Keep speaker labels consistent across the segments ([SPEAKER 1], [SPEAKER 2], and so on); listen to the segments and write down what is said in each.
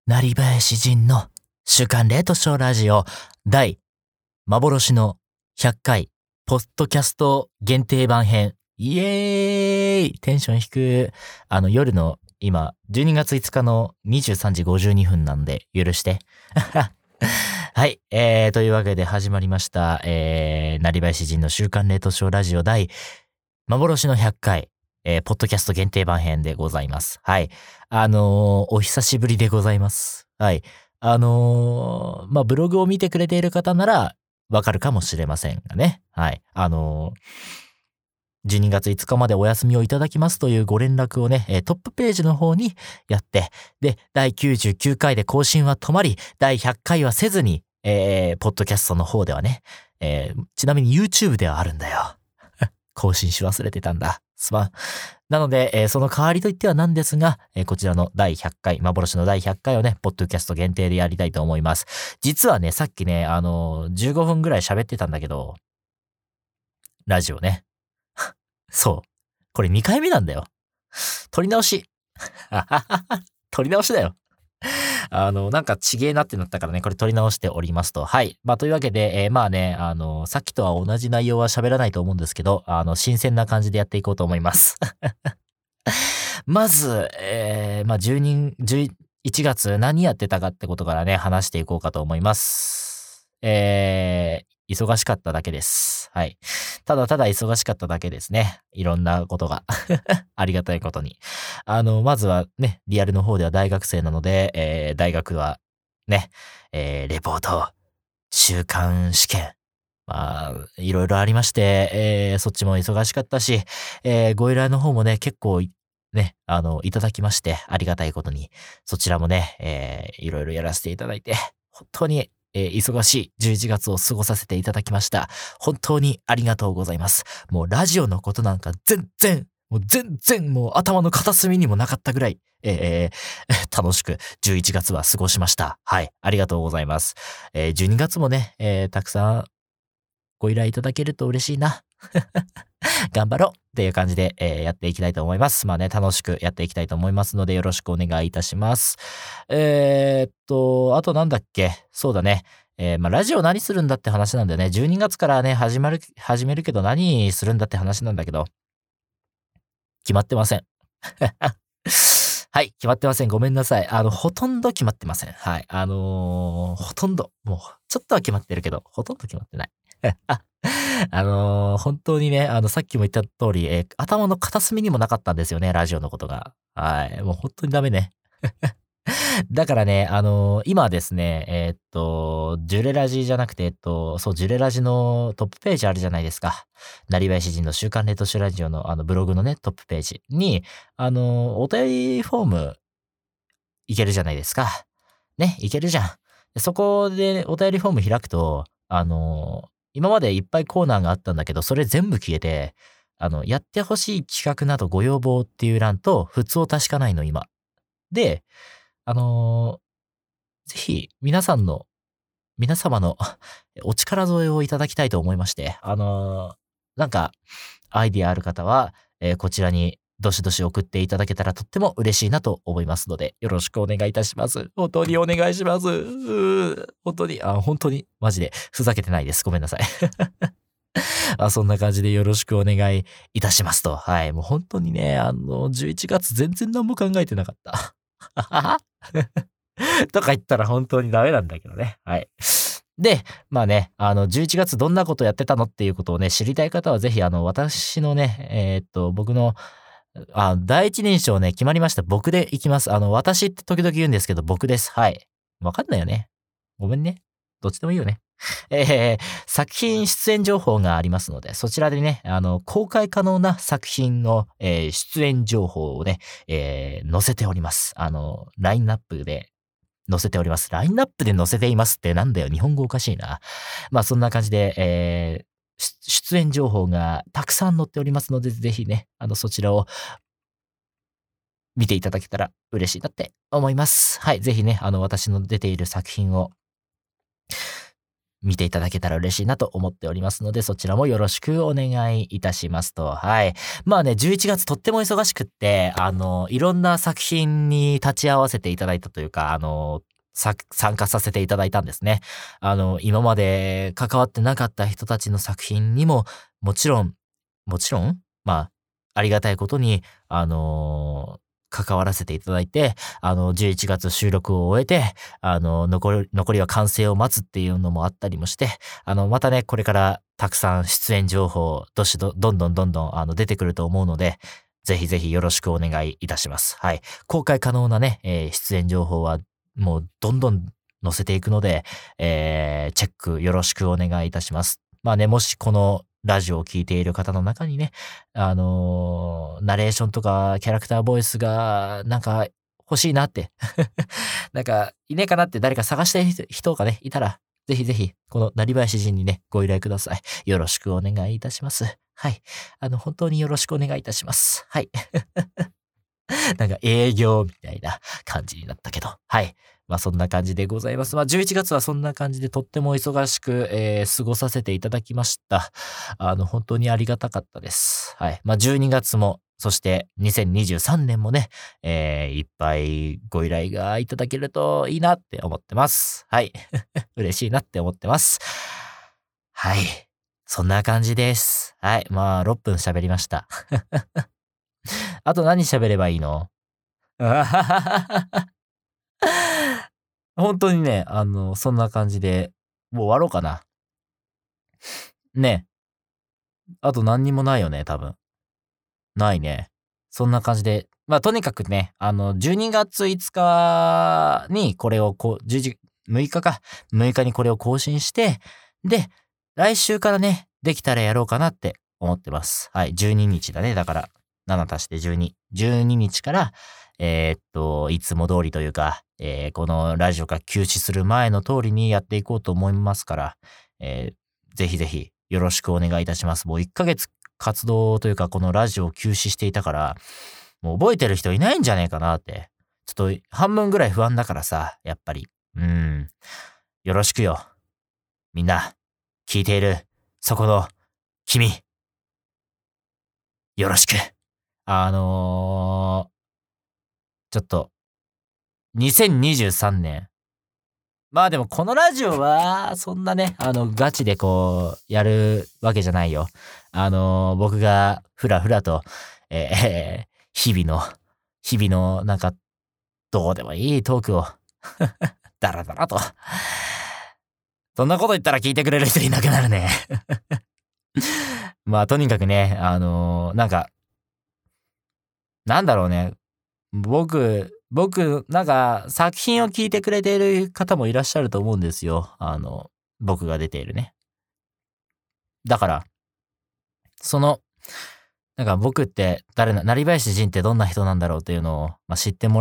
[SPEAKER 1] 成林仁の週刊レートショーラジオ第幻の100回ポッドキャスト限定版編。イエーイ、テンション低く。夜の今12月5日の23時52分なんで許してはい、というわけで始まりました、成林仁の週刊レートショーラジオ第幻の100回ポッドキャスト限定版編でございます。はい。お久しぶりでございます。はい。ブログを見てくれている方ならわかるかもしれませんがね。はい。12月5日までお休みをいただきますというご連絡をね、トップページの方にやって、で、第99回で更新は止まり、第100回はせずに、ポッドキャストの方ではね、ちなみに YouTube ではあるんだよ。更新し忘れてたんだ。すまん。なので、その代わりといってはなんですが、こちらの第100回、幻の第100回をね、ポッドキャスト限定でやりたいと思います。実はね、さっきね、15分ぐらい喋ってたんだけど、ラジオね。そう。これ2回目なんだよ。撮り直し。撮り直しだよ。なんかちげえなってなったからね、これ撮り直しておりますと。はい。というわけで、さっきとは同じ内容は喋らないと思うんですけど、新鮮な感じでやっていこうと思います。まず、11月何やってたかってことからね、話していこうかと思います。忙しかっただけです。はい。ただただ忙しかっただけですね。いろんなことが。ありがたいことに。まずはね、リアルの方では大学生なので、大学はね、レポート、中間試験、いろいろありまして、そっちも忙しかったし、ご依頼の方もね、結構ね、いただきまして、ありがたいことに、そちらもね、いろいろやらせていただいて、本当に、忙しい11月を過ごさせていただきました。本当にありがとうございます。もうラジオのことなんか全然もう頭の片隅にもなかったぐらい、楽しく11月は過ごしました。はい、ありがとうございます。12月もね、たくさんご依頼いただけると嬉しいな。頑張ろうっていう感じで、やっていきたいと思います。楽しくやっていきたいと思いますのでよろしくお願いいたします。あとなんだっけ、そうだね。ラジオ何するんだって話なんだよね。12月からね、始めるけど何するんだって話なんだけど、決まってません。はい、決まってません。ごめんなさい。ほとんど決まってません。はい。ほとんど、もう、ちょっとは決まってるけど、ほとんど決まってない。本当にね、さっきも言った通り、頭の片隅にもなかったんですよね、ラジオのことが。はい。もう本当にダメね。だからね、今ですね、ジュレラジじゃなくて、ジュレラジのトップページあるじゃないですか。成林仁の週刊レッドシュラジオのブログのね、トップページに、お便りフォームいけるじゃないですか。ね、いけるじゃん。でそこでお便りフォーム開くと、今までいっぱいコーナーがあったんだけど、それ全部消えて、やってほしい企画などご要望っていう欄と、普通を確かないの、今。で、あのぜひ皆様のお力添えをいただきたいと思いまして、なんかアイディアある方は、こちらにどしどし送っていただけたらとっても嬉しいなと思いますので、よろしくお願いいたします。本当にお願いします。本当に、マジで、ふざけてないです。ごめんなさい。そんな感じでよろしくお願いいたしますと。はい。もう本当にね、11月全然何も考えてなかった。とか言ったら本当にダメなんだけどね。はい。で、11月どんなことやってたのっていうことをね、知りたい方はぜひ、私のね、僕の、第一人称ね、決まりました。僕でいきます。私って時々言うんですけど、僕です。はい。わかんないよね。ごめんね。どっちでもいいよね。作品出演情報がありますので、そちらでね、公開可能な作品の、出演情報をね、載せております。ラインナップで載せております。ラインナップで載せていますってなんだよ。日本語おかしいな。そんな感じで、出演情報がたくさん載っておりますので、ぜひね、そちらを見ていただけたら嬉しいなって思います。はい。ぜひね、私の出ている作品を見ていただけたら嬉しいなと思っておりますので、そちらもよろしくお願いいたしますと。はい。まあね、11月とっても忙しくって、いろんな作品に立ち会わせていただいたというか、参加させていただいたんですね。今まで関わってなかった人たちの作品にも、もちろん、まあ、ありがたいことに、関わらせていただいて、11月収録を終えて、残りは完成を待つっていうのもあったりもして、またね、これからたくさん出演情報、どんどん、出てくると思うので、ぜひぜひよろしくお願いいたします。はい。公開可能なね、出演情報はもうどんどん載せていくので、チェックよろしくお願いいたします。まあね、もしこのラジオを聞いている方の中にね、ナレーションとかキャラクターボイスがなんか欲しいなってなんかいねえかなって誰か探してる人がね、いたら、ぜひぜひ、このなりばやし人にね、ご依頼ください。よろしくお願いいたします。はい。本当によろしくお願いいたします。はい。なんか営業みたいな感じになったけど。はい。まあそんな感じでございます。まあ11月はそんな感じでとっても忙しく、過ごさせていただきました。本当にありがたかったです。はい。まあ12月も、そして2023年もね、いっぱいご依頼がいただけるといいなって思ってます。はい。嬉しいなって思ってます。はい。そんな感じです。はい。まあ6分喋りました。あと何喋ればいいの？本当にね、そんな感じで、もう終わろうかな。ね。あと何にもないよね、多分。ないね。そんな感じで、まあ、とにかくね、12月5日にこれを11、6日か、6日にこれを更新して、で、来週からね、できたらやろうかなって思ってます。はい、12日だね。だから、7足して12。12日から、いつも通りというか、このラジオが休止する前の通りにやっていこうと思いますから、ぜひぜひよろしくお願いいたします。もう1ヶ月活動というかこのラジオを休止していたから、もう覚えてる人いないんじゃねえかなって。ちょっと半分ぐらい不安だからさ、やっぱり。よろしくよ。みんな、聞いている、そこの、君、よろしく。ちょっと、2023年。まあでもこのラジオは、そんなね、ガチでこう、やるわけじゃないよ。僕がふらふらと、日々のなんか、どうでもいいトークをダラダラと。そんなこと言ったら聞いてくれる人いなくなるね。まあとにかくね、なんか、なんだろうね。なんか、作品を聞いてくれている方もいらっしゃると思うんですよ。僕が出ているね。だから、なんか僕って成林仁ってどんな人なんだろうっていうのを、まあ、知っても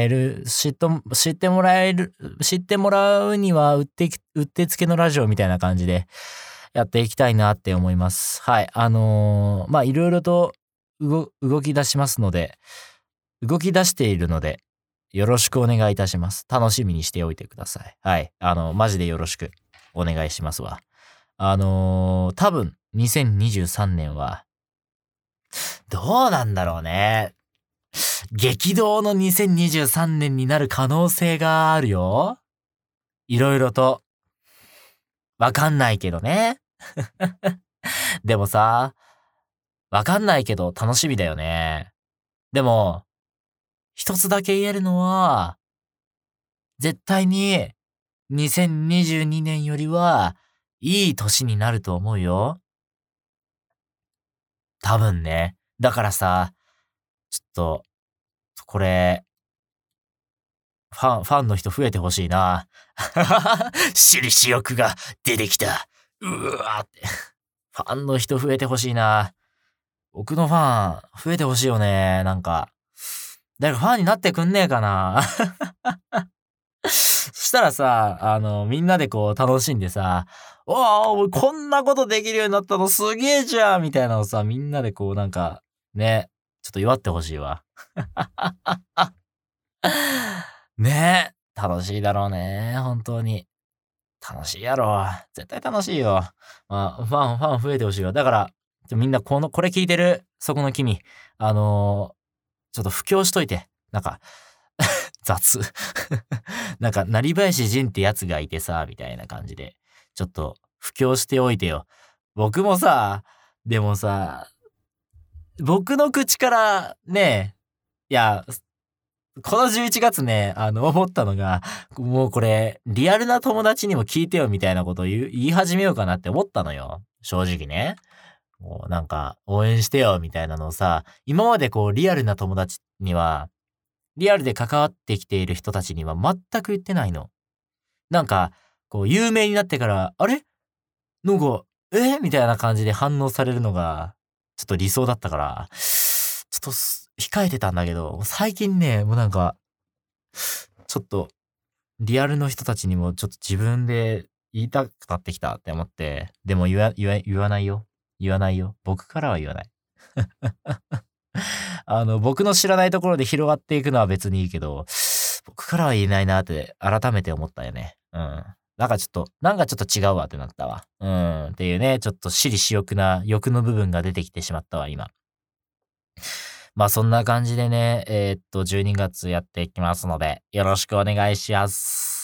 [SPEAKER 1] らうにはうってつけのラジオみたいな感じでやっていきたいなって思います。はい。まあ、いろいろと動き出しているので、よろしくお願いいたします。楽しみにしておいてください。はい。マジでよろしくお願いしますわ。多分、2023年は、どうなんだろうね。激動の2023年になる可能性があるよ。いろいろと。わかんないけどね。でもさ、わかんないけど楽しみだよね。でも、一つだけ言えるのは、絶対に2022年よりはいい年になると思うよ。多分ね。だからさ、ちょっと、これ、ファンの人増えてほしいな。私利私欲が出てきた。うわーって。ファンの人増えてほしいな。僕のファン増えてほしいよね。なんか。誰かファンになってくんねえかな。そしたらさ、みんなでこう楽しんでさ、おー、こんなことできるようになったのすげえじゃんみたいなのさ、みんなでこうなんか、ね、ちょっと祝ってほしいわ。ねえ、楽しいだろうね、本当に。 楽しいやろ。絶対楽しいよ。まあ、ファン増えてほしいよ。だから、みんなこれ聞いてる、そこの君、ちょっと布教しといて。なんか、雑。なんか、成林仁ってやつがいてさ、みたいな感じで。ちょっと、布教しておいてよ。僕もさ、でもさ、僕の口からね、いや、この11月ね、思ったのが、もうこれ、リアルな友達にも聞いてよみたいなことを言い始めようかなって思ったのよ。正直ね。もうなんか、応援してよみたいなのをさ、今までこう、リアルな友達には、リアルで関わってきている人たちには全く言ってないの。なんか、こう、有名になってから、あれなんか、みたいな感じで反応されるのが、ちょっと理想だったから、ちょっと控えてたんだけど、最近ね、もうなんか、ちょっと、リアルの人たちにもちょっと自分で言いたくなってきたって思って、でも言わないよ。言わないよ。僕からは言わない。僕の知らないところで広がっていくのは別にいいけど、僕からは言えないなって改めて思ったよね。うん。なんかちょっと違うわってなったわ。うん。っていうね、ちょっと私利私欲な欲の部分が出てきてしまったわ、今。まあそんな感じでね、12月やっていきますので、よろしくお願いします。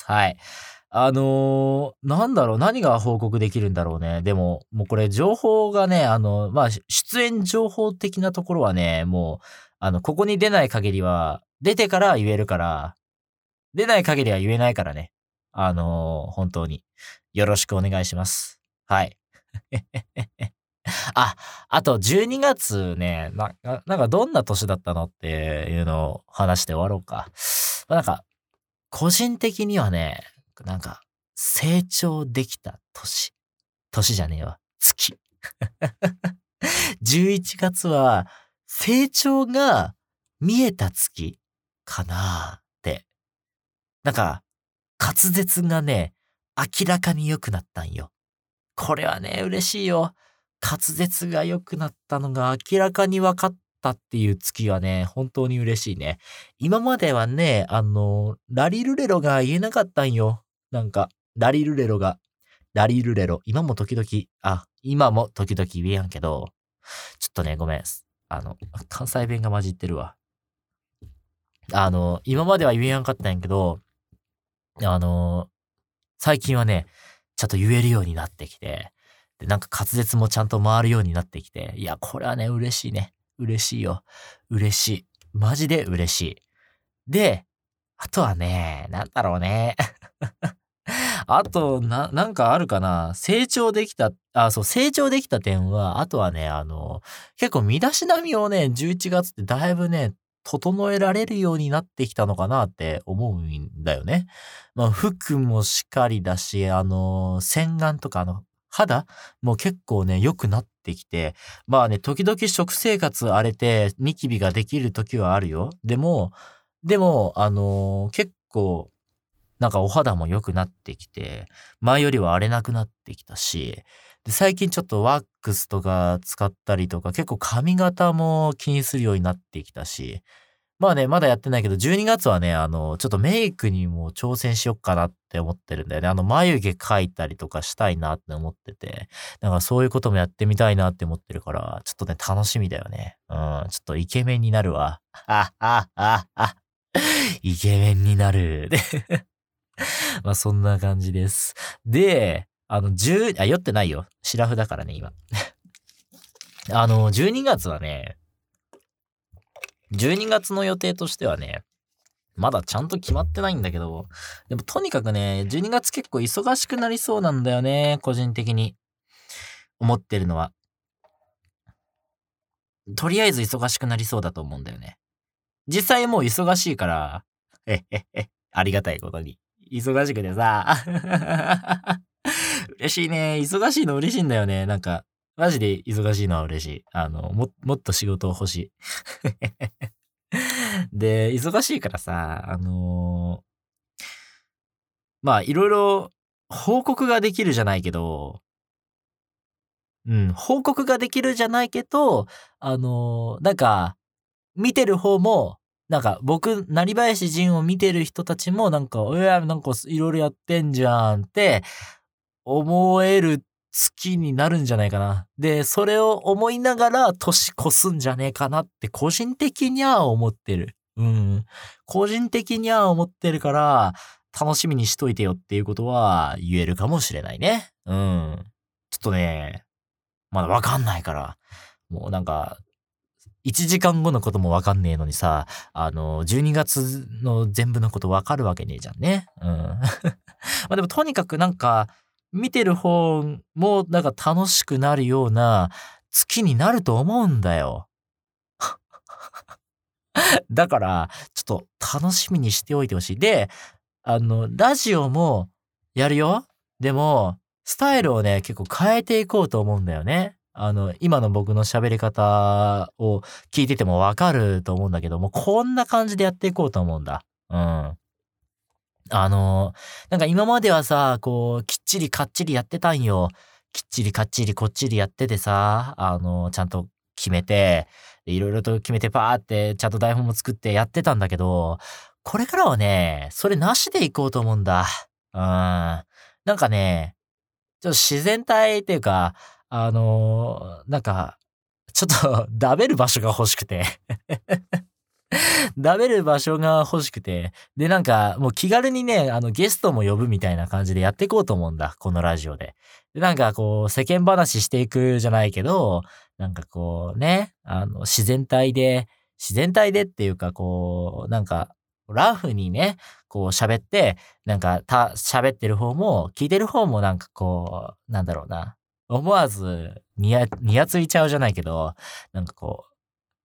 [SPEAKER 1] はい。なんだろう、何が報告できるんだろうね。でも、もうこれ情報がね、まあ、出演情報的なところはね、もう、ここに出ない限りは、出てから言えるから、出ない限りは言えないからね。本当に。よろしくお願いします。はい。あ、あと12月ね、なんかどんな年だったのっていうのを話して終わろうか。なんか、個人的にはね、なんか、成長できた年じゃねえわ。月。11月は、成長が見えた月かなって。なんか、滑舌がね、明らかに良くなったんよ。これはね、嬉しいよ。滑舌が良くなったのが明らかに分かったっていう月はね、本当に嬉しいね。今まではね、ラリルレロが言えなかったんよ。なんか、ラリルレロが。ラリルレロ。今も時々言えやんけど、ちょっとね、ごめん。関西弁が混じってるわ。今までは言えやんかったんやけど、あの、最近はね、ちゃんと言えるようになってきて、で、なんか滑舌もちゃんと回るようになってきて、いや、これはね、嬉しいね。嬉しいよ。嬉しい。マジで嬉しい。で、あとはね、なんだろうね。あと、なんかあるかな。成長できた点は、あとはね、結構身だしなみをね、11月ってだいぶね、整えられるようになってきたのかなって思うんだよね。まあ、服もしっかりだし、洗顔とか肌も結構ね、良くなってきて、まあね、時々食生活荒れて、ニキビができる時はあるよ。でも、結構、なんかお肌も良くなってきて、前よりは荒れなくなってきたし、で、最近ちょっとワックスとか使ったりとか、結構髪型も気にするようになってきたし、まあね、まだやってないけど、12月はね、ちょっとメイクにも挑戦しよっかなって思ってるんだよね。眉毛描いたりとかしたいなって思ってて、なんかそういうこともやってみたいなって思ってるから、ちょっとね、楽しみだよね。うん、ちょっとイケメンになるわ。イケメンになる。まあそんな感じです。で、酔ってないよ。シラフだからね、今。12月はね、12月の予定としてはね、まだちゃんと決まってないんだけど、でもとにかくね、12月結構忙しくなりそうなんだよね、個人的に。思ってるのは。とりあえず忙しくなりそうだと思うんだよね。実際もう忙しいから、ありがたいことに。忙しくてさ、嬉しいね。忙しいの嬉しいんだよね。なんか、マジで忙しいのは嬉しい。もっと仕事欲しい。で、忙しいからさ、まあ、いろいろ報告ができるじゃないけど、報告ができるじゃないけど、なんか、見てる方も、 なんか僕、成林仁を見てる人たちもなんか、なんかいろいろやってんじゃんって思える月になるんじゃないかな。で、それを思いながら年越すんじゃねえかなって個人的には思ってる。うん。個人的には思ってるから、楽しみにしといてよっていうことは言えるかもしれないね。うん。ちょっとね、まだわかんないから。もうなんか、1時間後のこともわかんねえのにさ、12月の全部のことわかるわけねえじゃんね。うん。まあでもとにかくなんか、見てる方もなんか楽しくなるような月になると思うんだよ。だから、ちょっと楽しみにしておいてほしい。で、ラジオもやるよ。でも、スタイルをね、結構変えていこうと思うんだよね。今の僕の喋り方を聞いててもわかると思うんだけども、こんな感じでやっていこうと思うんだ。うん。なんか今まではさ、こう、きっちりかっちりやってたんよ。きっちりかっちりこっちりやっててさ、ちゃんと決めて、いろいろと決めてパーってちゃんと台本も作ってやってたんだけど、これからはね、それなしでいこうと思うんだ。うん。なんかね、ちょっと自然体っていうか、なんか、ちょっとダメる場所が欲しくて食べる場所が欲しくて、で、なんか、もう気軽にね、ゲストも呼ぶみたいな感じでやっていこうと思うんだ、このラジオで。で、なんかこう、世間話していくじゃないけど、なんかこうね、自然体でっていうか、こう、なんか、ラフにね、こう喋って、なんか、喋ってる方も、聞いてる方もなんかこう、なんだろうな、思わず、にやついちゃうじゃないけど、なんかこう、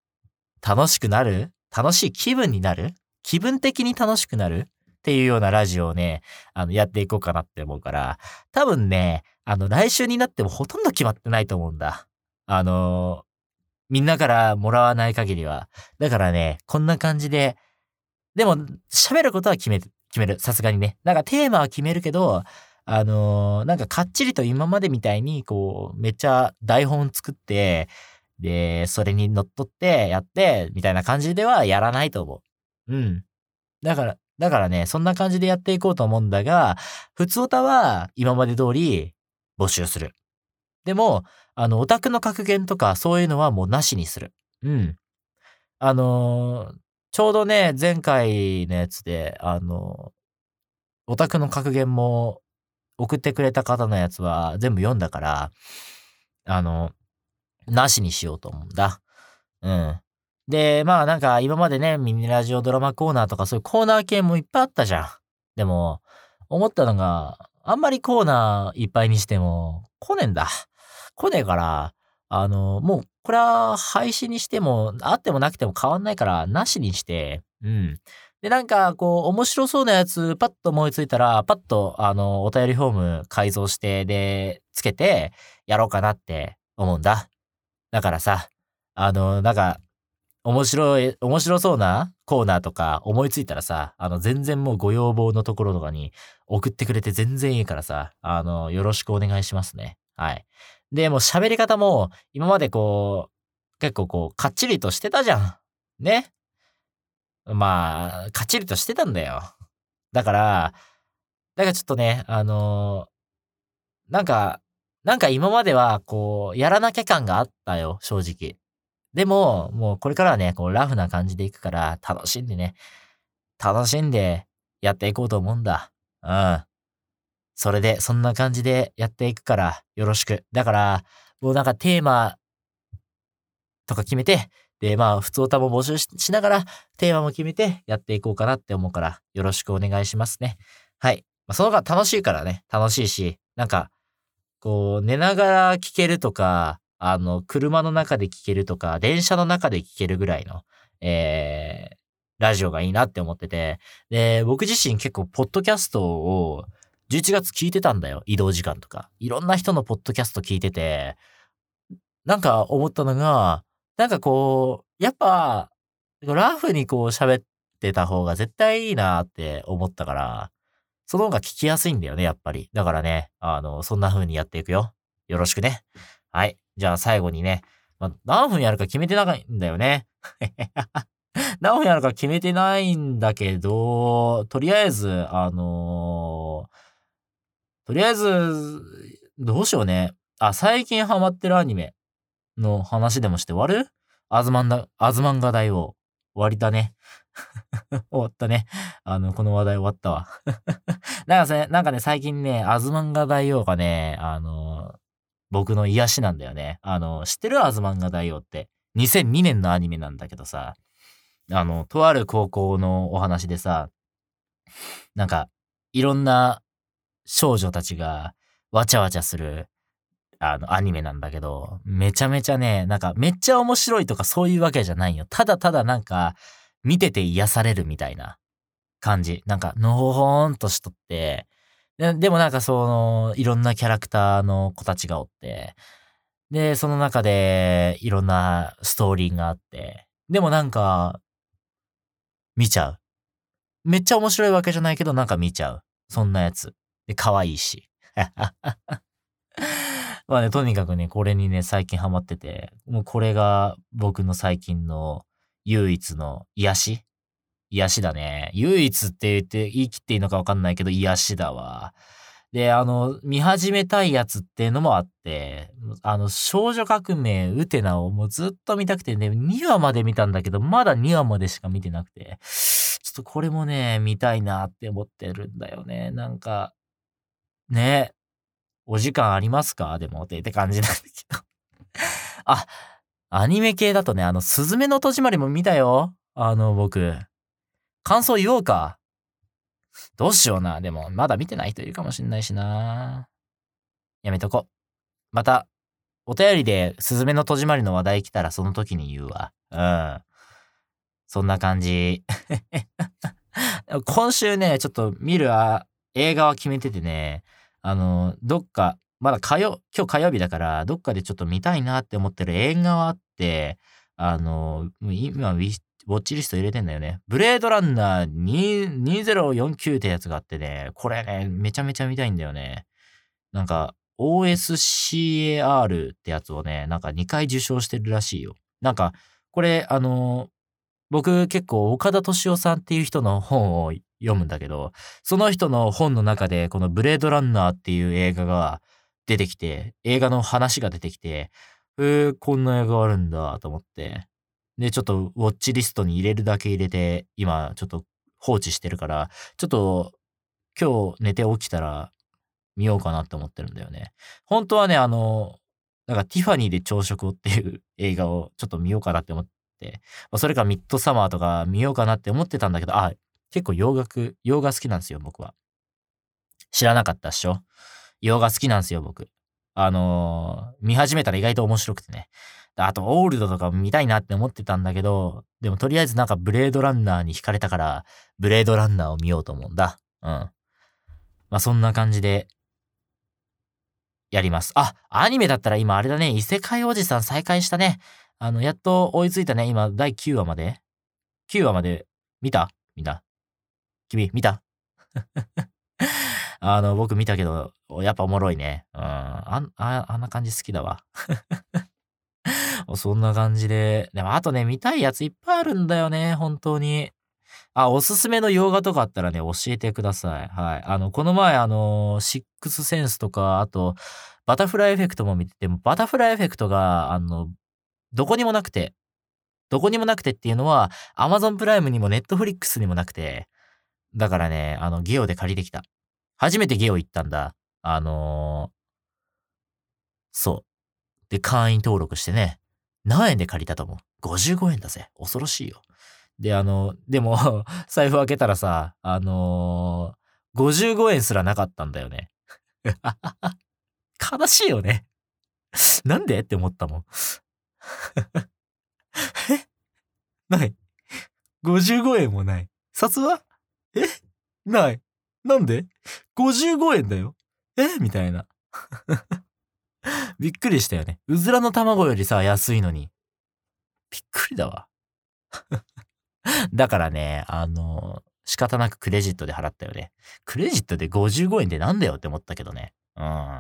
[SPEAKER 1] 楽しい気分になる気分的に楽しくなるっていうようなラジオをね、やっていこうかなって思うから、多分ね、来週になってもほとんど決まってないと思うんだ。あの、みんなからもらわない限りは。だからね、こんな感じで、でも、喋ることは決める。さすがにね。なんかテーマは決めるけど、なんかかっちりと今までみたいに、こう、めっちゃ台本作って、で、それにのっとってやって、みたいな感じではやらないと思う。うん。だからね、そんな感じでやっていこうと思うんだが、普通歌は今まで通り募集する。でも、オタクの格言とかそういうのはもうなしにする。うん。あの、ちょうどね、前回のやつで、オタクの格言も送ってくれた方のやつは全部読んだから、あの、なしにしようと思うんだ。うん。で、まあなんか今までね、ミニラジオドラマコーナーとかそういうコーナー系もいっぱいあったじゃん。でも、思ったのが、あんまりコーナーいっぱいにしても来ねえんだ。来ねえから、もうこれは廃止にしても、あってもなくても変わんないからなしにして、うん。で、なんかこう面白そうなやつパッと思いついたら、パッとお便りフォーム改造して、で、つけてやろうかなって思うんだ。だからさ、なんか、面白そうなコーナーとか思いついたらさ、全然もうご要望のところとかに送ってくれて全然いいからさ、よろしくお願いしますね。はい。で、もう喋り方も、今までこう、結構こう、かっちりとしてたじゃん。ね。まあ、かっちりとしてたんだよ。だから、ちょっとね、なんか、なんか今まではこう、やらなきゃ感があったよ、正直。でも、もうこれからはね、こうラフな感じでいくから、楽しんでやっていこうと思うんだ。うん。そんな感じでやっていくから、よろしく。だから、もうなんかテーマとか決めて、で、まあ、普通歌も募集しながら、テーマも決めてやっていこうかなって思うから、よろしくお願いしますね。はい。まあ、その方が楽しいからね、楽しいし、なんか、こう、寝ながら聞けるとか、車の中で聞けるとか、電車の中で聞けるぐらいの、えー、ラジオがいいなって思ってて、で、僕自身結構、ポッドキャストを11月聞いてたんだよ。移動時間とか。いろんな人のポッドキャスト聞いてて、なんか思ったのが、なんかこう、やっぱ、ラフにこう喋ってた方が絶対いいなって思ったから、その方が聞きやすいんだよね、やっぱり。だからね、そんな風にやっていくよ。よろしくね。はい。じゃあ最後にね、何分やるか決めてないんだよね。 何本やるか決めてないんだけど、とりあえず、とりあえず、どうしようね。最近ハマってるアニメの話でもして終わる？アズマンガ大王。終わりだね。終わったね。この話題終わったわ。なんかね、最近ね、アズマンガ大王がね、僕の癒しなんだよね。知ってる？アズマンガ大王って。2002年のアニメなんだけどさ、とある高校のお話でさ、なんか、いろんな少女たちがわちゃわちゃする、アニメなんだけど、めちゃめちゃね、なんかめっちゃ面白いとかそういうわけじゃないよ。ただただなんか、見てて癒されるみたいな感じ。なんか、のほほんとしとって、でもなんかいろんなキャラクターの子たちがおって、で、その中で、いろんなストーリーがあって、でもなんか、見ちゃう。めっちゃ面白いわけじゃないけど、なんか見ちゃう。そんなやつ。で、可愛いし。まあね、とにかくね、これにね、最近ハマってて、もうこれが僕の最近の唯一の癒しだね。唯一って言い切っていいのかわかんないけど、癒しだわ。で、見始めたいやつっていうのもあって、少女革命ウテナをもうずっと見たくてね、2話まで見たんだけど、まだ2話までしか見てなくて、ちょっとこれもね、見たいなって思ってるんだよね。なんか、ね、お時間ありますか？でもって感じなんだけど。あ、アニメ系だとね、すずめの戸締まりも見たよ。僕。感想言おうか。どうしような。でも、まだ見てない人いるかもしんないしな。やめとこ。また、お便りで、すずめの戸締まりの話題来たらその時に言うわ。うん。そんな感じ。今週ね、ちょっと見る映画は決めててね、どっか、まだ今日火曜日だから、どっかでちょっと見たいなって思ってる映画はあって、今ウォッチリスト入れてんだよね。ブレードランナー2049ってやつがあってね、これね、めちゃめちゃ見たいんだよね。なんか、OSCAR ってやつをね、なんか2回受賞してるらしいよ。なんか、これ、僕結構岡田敏夫さんっていう人の本を読むんだけど、その人の本の中でこのブレードランナーっていう映画が出てきて、映画の話が出てきて、こんな映画あるんだと思って。で、ちょっとウォッチリストに入れるだけ入れて、今ちょっと放置してるから、ちょっと今日寝て起きたら見ようかなって思ってるんだよね。本当はね、なんかティファニーで朝食をっていう映画をちょっと見ようかなって思って、それかミッドサマーとか見ようかなって思ってたんだけど、結構洋画好きなんですよ、僕は。知らなかったっしょ？洋画好きなんですよ、僕。見始めたら意外と面白くてね。あと、オールドとかも見たいなって思ってたんだけど、でもとりあえずなんかブレードランナーに惹かれたから、ブレードランナーを見ようと思うんだ。うん。そんな感じで、やります。アニメだったら今あれだね、異世界おじさん再開したね。やっと追いついたね。今、第9話まで。9話まで見た？みんな。君、見た？僕見たけど、やっぱおもろいね。うん。あんな感じ好きだわ。そんな感じで。でも、あとね、見たいやついっぱいあるんだよね。本当に。おすすめの洋画とかあったらね、教えてください。はい。この前、シックスセンスとか、あと、バタフライエフェクトも見てても、バタフライエフェクトが、どこにもなくて、どこにもなくてっていうのは、アマゾンプライムにもネットフリックスにもなくて、だからね、ゲオで借りてきた。初めてゲオ行ったんだ。そう。で、会員登録してね、何円で借りたと思う？ 55 円だぜ。恐ろしいよ。で、でも財布開けたらさ、55円すらなかったんだよね。悲しいよね。なんでって思ったもん。えない。55円もない。札はえない。なんで？ 55 円だよ。みたいな。びっくりしたよね。うずらの卵よりさ、安いのに。びっくりだわ。だからね、仕方なくクレジットで払ったよね。クレジットで55円でなんだよって思ったけどね。うん。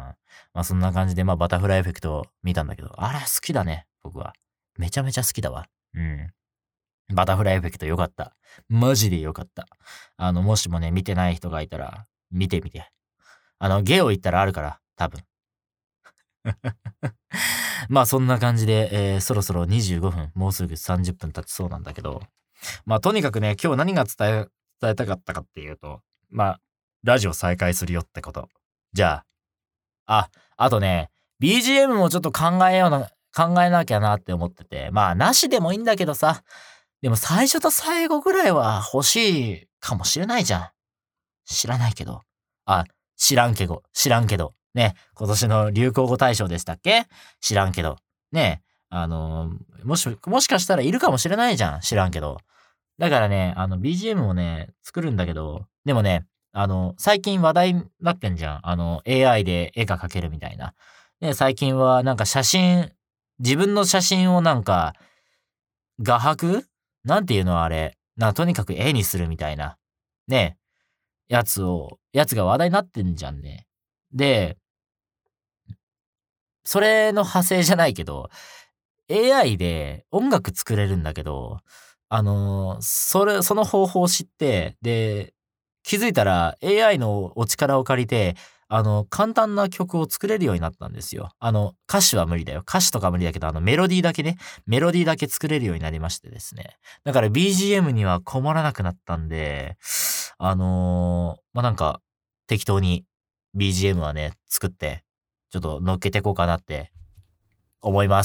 [SPEAKER 1] そんな感じで、バタフライエフェクト見たんだけど、あれ好きだね、僕は。めちゃめちゃ好きだわ。うん。 バタフライエフェクトよかった。マジでよかった。もしもね、見てない人がいたら、見てみて。ゲオ行ったらあるから、多分。まあそんな感じで、そろそろ25分、もうすぐ30分経ちそうなんだけど、まあとにかくね、今日何が伝えたかったかっていうと、まあ、ラジオ再開するよってこと。じゃあとね、BGM もちょっと考えなきゃなって思ってて、まあなしでもいいんだけどさ、でも最初と最後ぐらいは欲しいかもしれないじゃん。知らないけど。あ、知らんけど。ね、今年の流行語大賞でしたっけ？知らんけど。ね、もしかしたらいるかもしれないじゃん。知らんけど。だからね、BGM をね、作るんだけど、でもね、最近話題になってんじゃん。AI で絵が描けるみたいな。で、最近はなんか自分の写真をなんか、画伯なんていうのあれ。とにかく絵にするみたいな。ね、やつが話題になってんじゃんね。で、それの派生じゃないけど、AI で音楽作れるんだけど、その方法を知って、で、気づいたら AI のお力を借りて、簡単な曲を作れるようになったんですよ。歌詞は無理だよ。歌詞とか無理だけど、メロディーだけね、メロディーだけ作れるようになりましてですね。だから BGM には困らなくなったんで、まあ、なんか、適当に BGM はね、作って、ちょっと乗っけていこうかなって思います。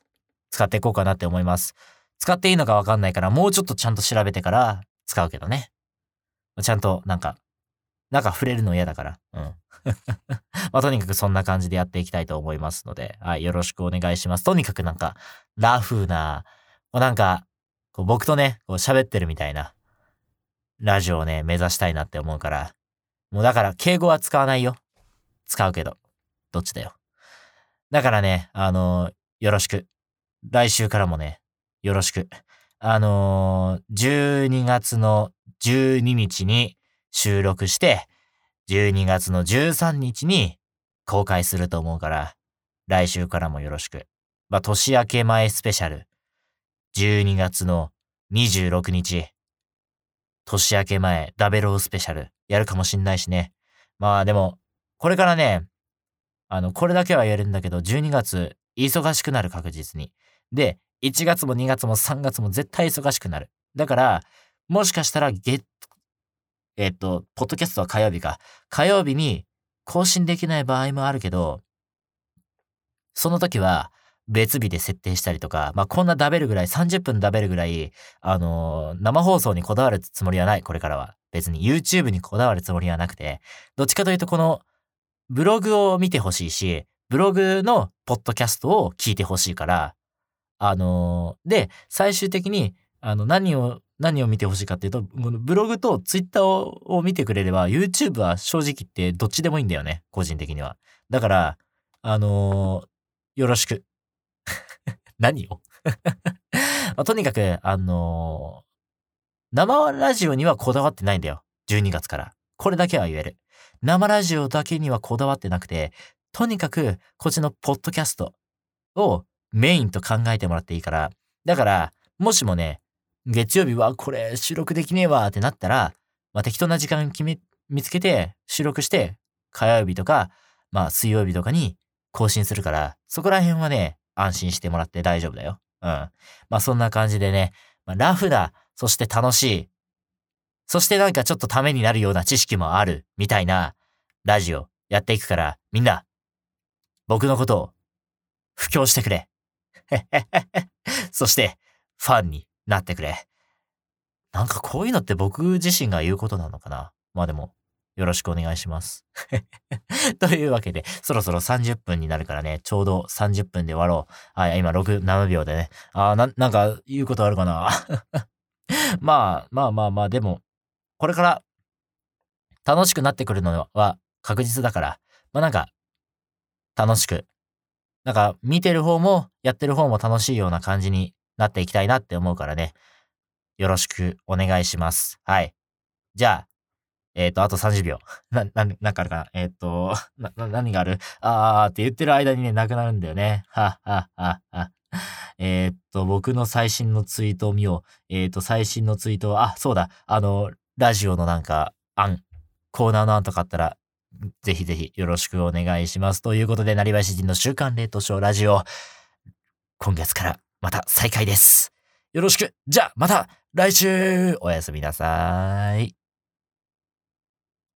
[SPEAKER 1] 使っていこうかなって思います。使っていいのかわかんないから、もうちょっとちゃんと調べてから使うけどね。ちゃんとなんか触れるの嫌だから。うん。まあ、とにかくそんな感じでやっていきたいと思いますので、はい、よろしくお願いします。とにかくなんか、ラフな、なんか、僕とね、喋ってるみたいな、ラジオをね、目指したいなって思うから、もうだから、敬語は使わないよ。使うけど。どっちだよ。だからね、よろしく。来週からもね、よろしく。12月の12日に収録して、12月の13日に公開すると思うから、来週からもよろしく。まあ、年明け前スペシャル、12月の26日、年明け前ダベロースペシャル、やるかもしんないしね。まあでも、これからね、これだけは言えるんだけど、12月、忙しくなる確実に。で、1月も2月も3月も絶対忙しくなる。だから、もしかしたらポッドキャストは火曜日か。火曜日に更新できない場合もあるけど、その時は別日で設定したりとか、まあ、こんな食べるぐらい、30分食べるぐらい、生放送にこだわるつもりはない、これからは。別に YouTube にこだわるつもりはなくて、どっちかというとこのブログを見てほしいし、ブログのポッドキャストを聞いてほしいから、で、最終的に、何を見てほしいかっていうと、このブログとツイッターを見てくれれば、YouTube は正直言ってどっちでもいいんだよね、個人的には。だから、よろしく。何をまあとにかく、生ラジオにはこだわってないんだよ。12月から。これだけは言える。生ラジオだけにはこだわってなくて、とにかく、こっちのポッドキャストをメインと考えてもらっていいから。だから、もしもね、月曜日はこれ収録できねえわってなったら、まあ、適当な時間見つけて収録して、火曜日とか、まあ水曜日とかに更新するから、そこら辺はね、安心してもらって大丈夫だよ。うん。まあそんな感じでね、まあ、ラフだ、そして楽しい、そしてなんかちょっとためになるような知識もある、みたいなラジオやっていくから、みんな、僕のことを布教してくれ。そして、ファンになってくれ。なんかこういうのって僕自身が言うことなのかな。まあでも、よろしくお願いします。というわけで、そろそろ30分になるからね、ちょうど30分で終わろう。はい、今6、7秒でね。なんか言うことあるかな。まあ、でも、これから楽しくなってくるのは確実だから、まあなんか、楽しく、なんか見てる方もやってる方も楽しいような感じになっていきたいなって思うからね。よろしくお願いします。はい。じゃあ、あと30秒。なんかあるかな何があるって言ってる間にね、なくなるんだよね。はっはっはっは。 僕の最新のツイートを見よう。最新のツイートは、そうだ、ラジオのなんか、コーナーの案とかあったら、ぜひぜひよろしくお願いします。ということで、なりわい詩人の週刊レイトショーラジオ、今月からまた再開です。よろしく。じゃあ、また来週おやすみなさい。